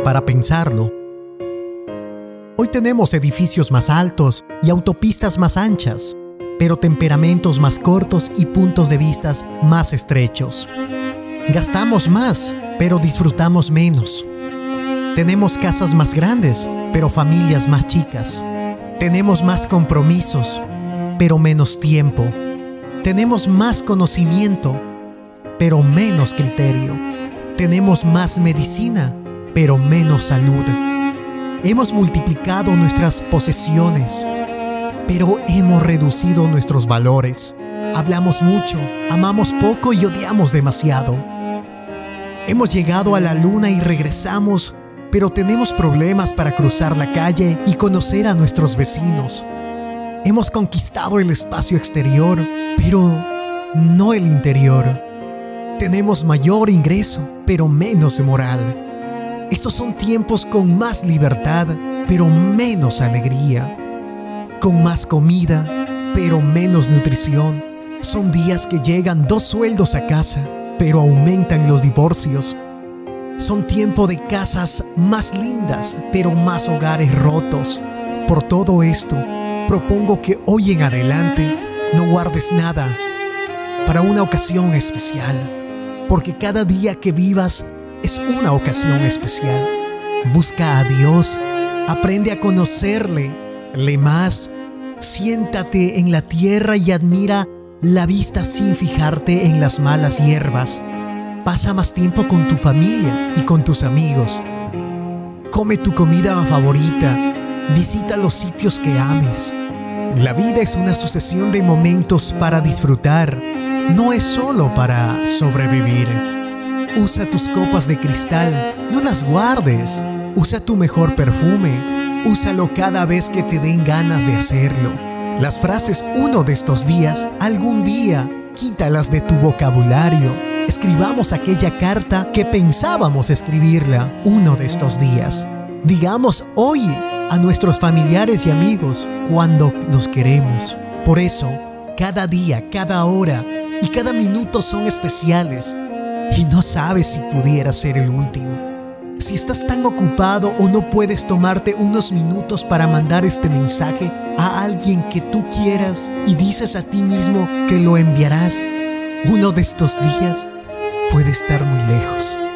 para pensarlo. Hoy tenemos edificios más altos y autopistas más anchas, pero temperamentos más cortos y puntos de vista más estrechos. Gastamos más, pero disfrutamos menos. Tenemos casas más grandes, pero familias más chicas. Tenemos más compromisos, pero menos tiempo. Tenemos más conocimiento, pero menos criterio. Tenemos más medicina, pero menos salud. Hemos multiplicado nuestras posesiones, pero hemos reducido nuestros valores. Hablamos mucho, amamos poco y odiamos demasiado. Hemos llegado a la luna y regresamos, pero tenemos problemas para cruzar la calle y conocer a nuestros vecinos. Hemos conquistado el espacio exterior, pero no el interior. Tenemos mayor ingreso, pero menos moral. Estos son tiempos con más libertad, pero menos alegría. Con más comida, pero menos nutrición. Son días que llegan 2 sueldos a casa, pero aumentan los divorcios. Son tiempo de casas más lindas, pero más hogares rotos. Por todo esto, propongo que hoy en adelante no guardes nada para una ocasión especial, porque cada día que vivas es una ocasión especial. Busca a Dios, aprende a conocerle, lee más, siéntate en la tierra y admira la vista sin fijarte en las malas hierbas. Pasa más tiempo con tu familia y con tus amigos. Come tu comida favorita, visita los sitios que ames. La vida es una sucesión de momentos para disfrutar, no es solo para sobrevivir. Usa tus copas de cristal, no las guardes. Usa tu mejor perfume, úsalo cada vez que te den ganas de hacerlo. Las frases "uno de estos días", "algún día", quítalas de tu vocabulario. Escribamos aquella carta que pensábamos escribirla uno de estos días. Digamos hoy a nuestros familiares y amigos cuando los queremos. Por eso, cada día, cada hora y cada minuto son especiales. Y no sabes si pudiera ser el último. Si estás tan ocupado o no puedes tomarte unos minutos para mandar este mensaje a alguien que tú quieras y dices a ti mismo que lo enviarás, uno de estos días puede estar muy lejos.